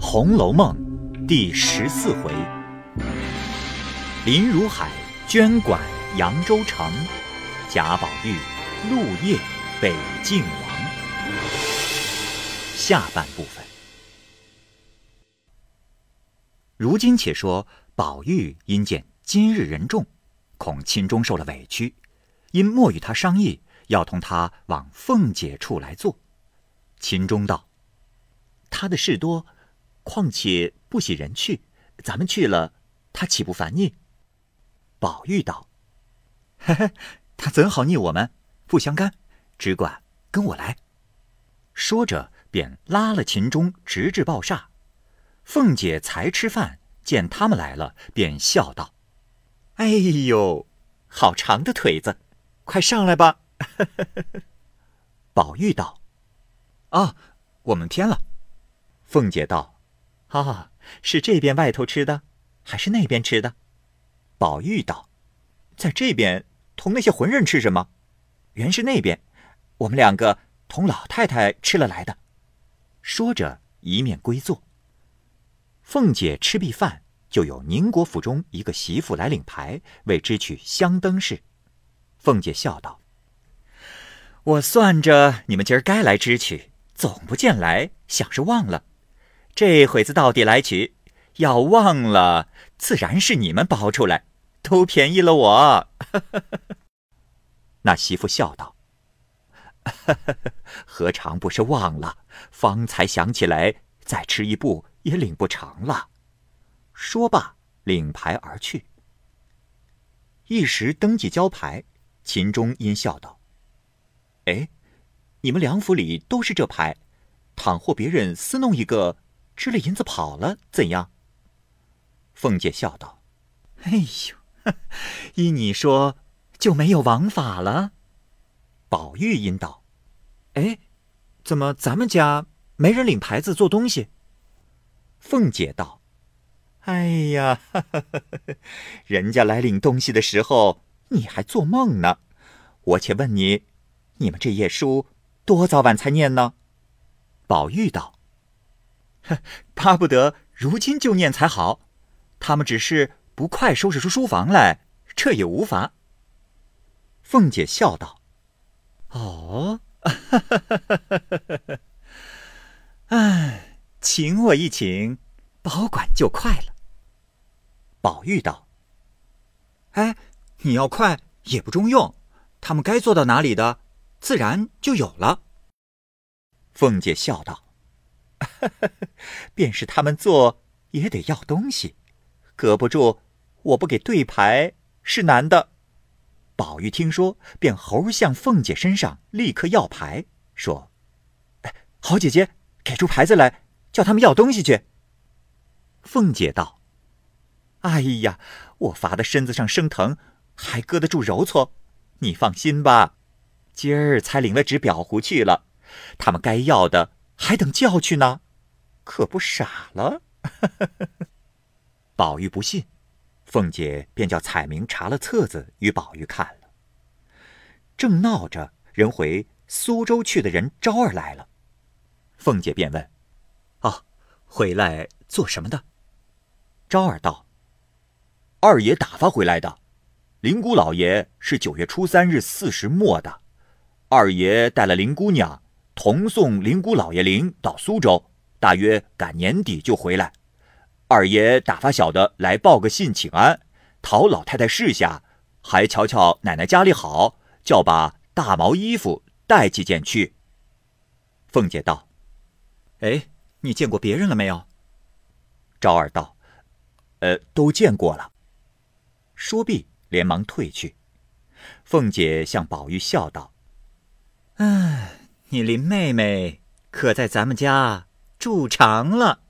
红楼梦》第14回：林如海捐管扬州城，贾宝玉陆夜北静王。下半部分。如今且说宝玉因见今日人众，恐秦钟受了委屈，因莫与他商议，要同他往凤姐处来坐。秦钟道：他的事多，况且不喜人去，咱们去了，他岂不烦腻？宝玉道：嘿嘿，他怎好腻我们，不相干，只管跟我来。说着便拉了秦钟直至报厦。凤姐才吃饭，见他们来了，便笑道：哎呦，好长的腿子，快上来吧。宝玉道：啊，我们偏了。凤姐道：啊，是这边外头吃的，还是那边吃的？宝玉道：在这边同那些浑人吃什么？原是那边，我们两个同老太太吃了来的。说着一面归坐。凤姐吃毕饭，就有宁国府中一个媳妇来领牌，为支取香灯事。凤姐笑道：我算着你们今儿该来支取，总不见来，想是忘了。这会子到底来取，要忘了，自然是你们包出来，都便宜了我。那媳妇笑道：何尝不是忘了，方才想起来，再吃一步也领不成了。说罢领牌而去。一时登记交牌，秦钟因笑道：哎，你们两府里都是这牌，倘或别人私弄一个，支了银子跑了，怎样？凤姐笑道：哎呦，依你说就没有王法了。宝玉因道：哎，怎么咱们家没人领牌子做东西？凤姐道：哎呀，人家来领东西的时候，你还做梦呢。我且问你，你们这页书多早晚才念呢？宝玉道：巴不得如今就念才好，他们只是不快收拾出书房来，这也无妨。凤姐笑道：哦，哎，请我一请，保管就快了。宝玉道：哎，你要快也不中用，他们该做到哪里的，自然就有了。凤姐笑道：便是他们做也得要东西，搁不住我不给对牌是难的。宝玉听说，便猴向凤姐身上立刻要牌，说：好姐姐，给出牌子来，叫他们要东西去。凤姐道：哎呀，我罚的身子上生疼，还搁得住揉搓，你放心吧，今儿才领了纸裱糊去了，他们该要的还等叫去呢，可不傻了。宝玉不信，凤姐便叫彩明查了册子与宝玉看了。正闹着，人回苏州去的人招儿来了。凤姐便问：哦，回来做什么的？招儿道：二爷打发回来的，林姑老爷是9月初3日4时末的，二爷带了林姑娘同送林姑老爷灵到苏州，大约赶年底就回来。二爷打发小的来报个信请安，讨老太太示下，还瞧瞧奶奶家里好，叫把大毛衣服带几件去。凤姐道：哎，你见过别人了没有？招儿道：都见过了。说毕连忙退去。凤姐向宝玉笑道：你林妹妹可在咱们家住长了。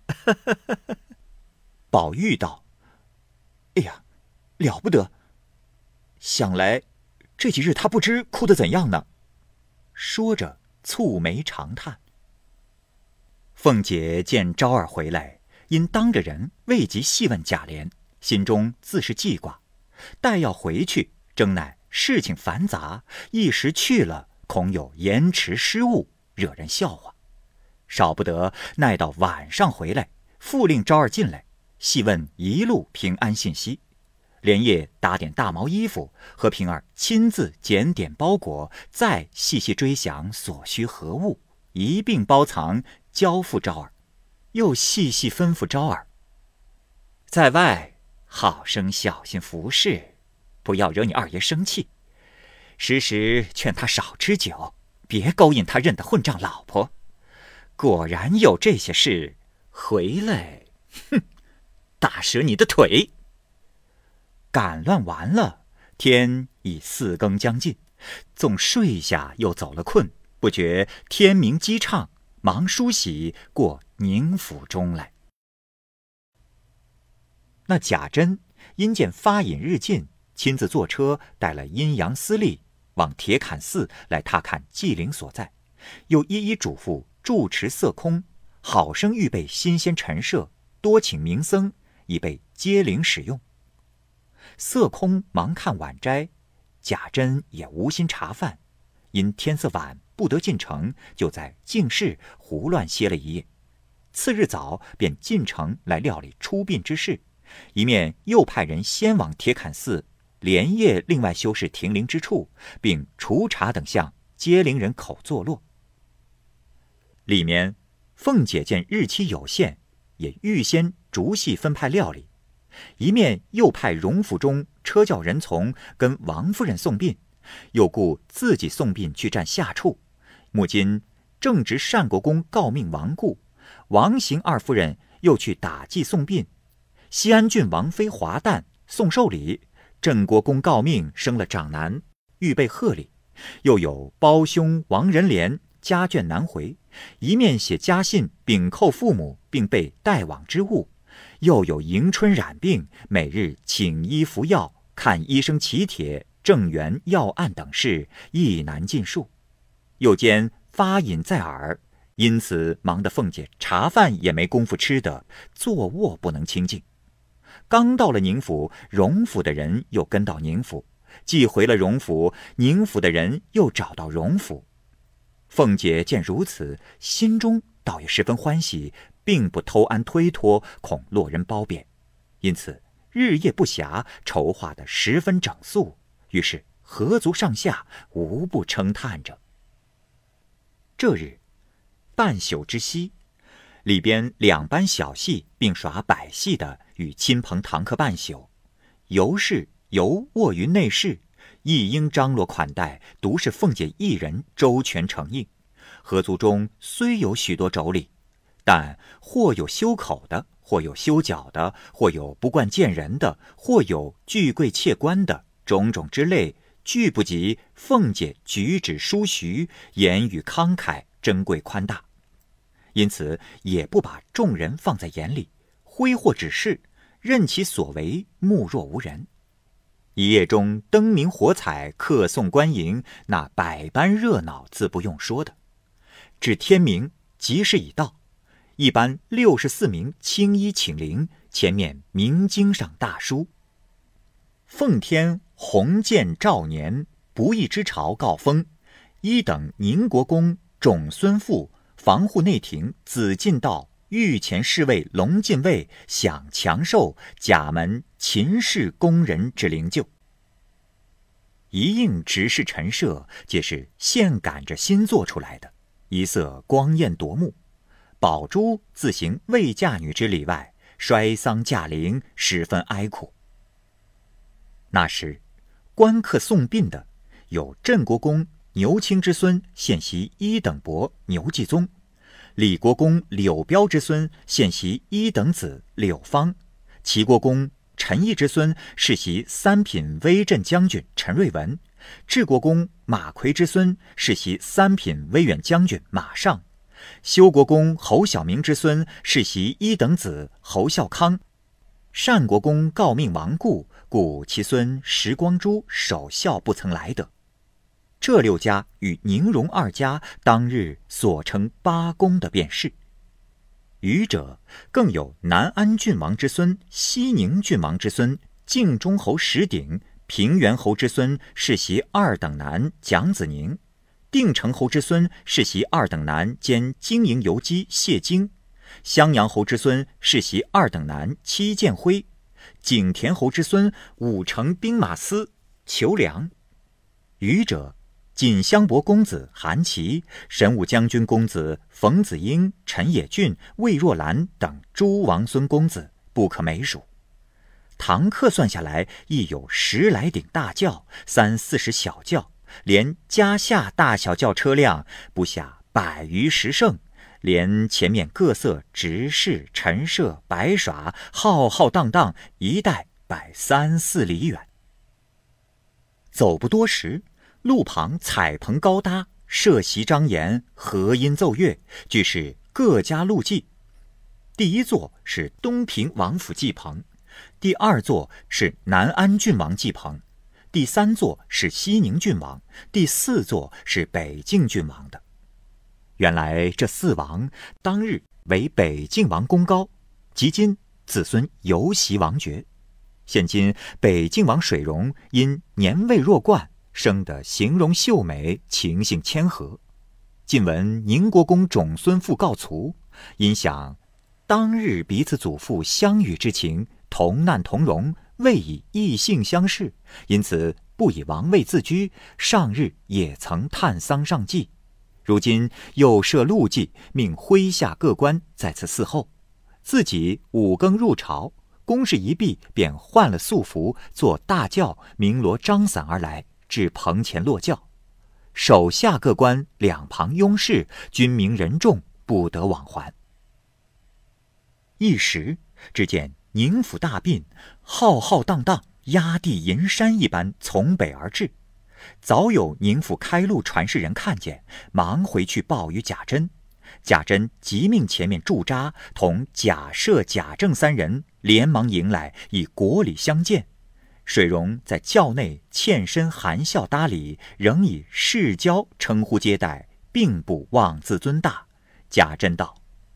宝玉道：哎呀，了不得，想来这几日她不知哭得怎样呢。说着蹙眉长叹。凤姐见招儿回来，因当着人未及细问贾琏，心中自是记挂，待要回去，正乃事情繁杂，一时去了，恐有延迟失误，惹人笑话。少不得耐到晚上回来， 复令昭儿进来，细问一路平安信息，连夜打点大毛衣服，和平儿亲自检点包裹，再细细追详所需何物，一并包藏交付昭儿，又细细吩咐昭儿，在外好生小心服侍，不要惹你二爷生气，时时劝他少吃酒，别勾引他认的混账老婆。果然有这些事，回来，哼，打折你的腿。赶乱完了，天已4更将近，纵睡下又走了困，不觉天明鸡唱，忙梳洗过宁府中来。那贾珍因见发引日近，亲自坐车带了阴阳司吏往铁槛寺来踏看祭灵所在，又一一嘱咐住持色空，好生预备新鲜陈设，多请名僧，以备接灵使用。色空忙看晚斋，贾珍也无心茶饭，因天色晚不得进城，就在净室胡乱歇了一夜。次日早便进城来料理出殡之事，一面又派人先往铁槛寺连夜另外修饰停灵之处，并除茶等项，接灵人口坐落。里面凤姐见日期有限，也预先逐细分派料理，一面又派荣府中车轿人从跟王夫人送殡，又顾自己送殡去占下处。目今正值单国公诰命亡故，王邢二夫人又去打祭送殡，西安郡王妃华诞送寿礼，镇国公诰命生了长男，预备贺礼，又有胞兄王仁廉家眷难回，一面写家信禀叩父母，并备带往之物，又有迎春染病，每日请医服药，看医生启帖，正源药案等事，亦难尽数。又兼发饮在耳，因此忙得凤姐茶饭也没工夫吃的，坐卧不能清静。刚到了宁府，荣府的人又跟到宁府，既回了荣府，宁府的人又找到荣府。凤姐见如此，心中倒也十分欢喜，并不偷安推脱，恐落人褒贬，因此日夜不暇，筹划得十分整肃，于是合族上下无不称叹着。这日半宿之夕，里边2班小戏并耍百戏的与亲朋堂客半宿，尤氏尤卧于内室，一应张罗款待，独是凤姐一人周全承应。合族中虽有许多妯娌，但或有修口的，或有修脚的，或有不惯见人的，或有巨贵窃官的，种种之类，俱不及凤姐举止淑徐，言语慷慨，珍贵宽大。因此也不把众人放在眼里，挥霍指示，任其所为，目若无人。一夜中灯明火彩，客送官迎，那百般热闹自不用说的。至天明，吉时已到，一班64名青衣请灵，前面明经上大书：奉天鸿渐兆年，不义之朝告封，一等宁国公种孙父，防护内廷紫禁道御前侍卫龙禁卫，享强寿甲门秦氏工人之灵柩。一应执事陈设，皆是现赶着新做出来的，一色光艳夺目。宝珠自行未嫁女之礼外，衰丧驾灵，十分哀苦。那时官客送殡的有镇国公牛卿之孙献袭1等伯牛继宗，李国公柳彪之孙献袭1等子柳芳，齐国公陈毅之孙世袭3品威震将军陈瑞文，治国公马奎之孙世袭3品威远将军马尚，修国公侯小明之孙世袭1等子侯孝康，单国公诰命亡故，故其孙石光珠守孝不曾来得。这6家与宁荣2家当日所称8公的便是。余者更有南安郡王之孙、西宁郡王之孙、靖中侯石鼎、平原侯之孙世袭2等男蒋子宁，定城侯之孙世袭2等男兼经营游击谢京， 襄阳侯之孙世袭2等男戚建辉，景田侯之孙武城兵马司裘良。余者锦香伯公子韩琦、神武将军公子冯子英、陈野俊、魏若兰等诸王孙公子，不可枚数。堂客算下来，亦有10来顶大轿，30-40小轿，连家下大小轿车辆不下100余10乘，连前面各色执事、陈设、摆耍，浩浩荡荡，一带摆3-4里远。走不多时，路旁彩棚高搭，设席张筵，和音奏乐，俱是各家路祭。第一座是东平王府祭棚，第2座是南安郡王祭棚，第3座是西宁郡王，第4座是北境郡王的。原来这4王当日为北境王功高，及今子孙犹袭王爵。现今北境王水溶因年未弱冠，生得形容秀美，情性谦和。近闻宁国公种孙父告卒，因想当日彼此祖父相与之情，同难同荣，未以异姓相视，因此不以王位自居，上日也曾探丧上祭。如今又设路祭，命麾下各官在此伺候，自己5更入朝，公事一毕，便换了素服，坐大轿鸣锣张伞而来，至棚前落轿。手下各官两旁拥侍，军民人众不得往还。一时只见宁府大殡浩浩荡荡，压地银山一般从北而至。早有宁府开路传事人看见，忙回去报与贾珍。贾珍即命前面驻扎，同贾赦、贾政3人连忙迎来，以国礼相见。水溶在轿内欠身含笑搭礼，仍以世交称呼接待，并不妄自尊大。贾珍道：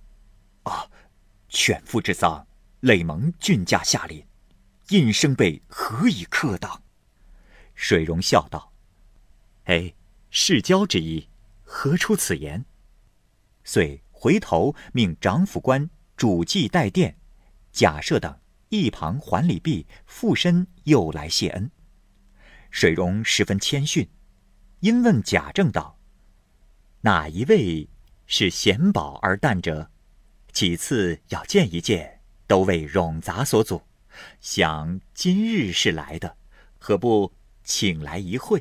犬夫之丧，累蒙郡驾下临，应生辈何以克当？水溶笑道：世交之意，何出此言？遂回头命长府官主祭代奠，贾赦等一旁还礼毕，附身又来谢恩。水溶十分谦逊，因问贾政道：哪一位是贤宝而诞者？其次要见一见，都为冗杂所阻，想今日是来的，何不请来一会？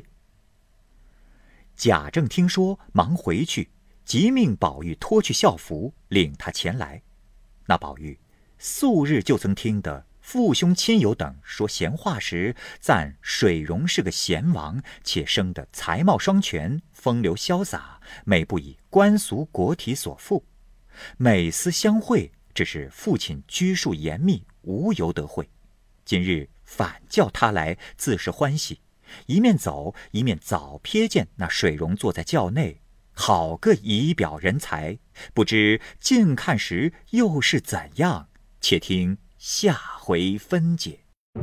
贾政听说，忙回去，即命宝玉脱去校服，领他前来。那宝玉素日就曾听得父兄亲友等说闲话时，赞水溶是个贤王，且生得才貌双全，风流潇洒，每不以官俗国体所缚。每思相会，只是父亲拘束严密，无由得会。今日反叫他来，自是欢喜。一面走，一面早瞥见那水溶坐在轿内，好个仪表人才，不知近看时又是怎样？且听下回分解。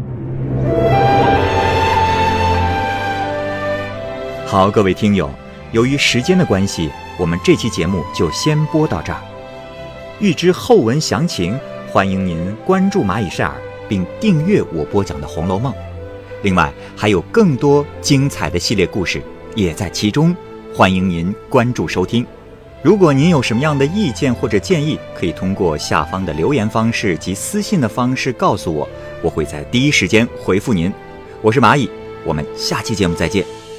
好，各位听友，由于时间的关系，我们这期节目就先播到这儿。欲知后文详情，欢迎您关注蚂蚁晒尔，并订阅我播讲的《红楼梦》。另外还有更多精彩的系列故事也在其中，欢迎您关注收听。如果您有什么样的意见或者建议，可以通过下方的留言方式及私信的方式告诉我，我会在第一时间回复您。我是蚂蚁，我们下期节目再见。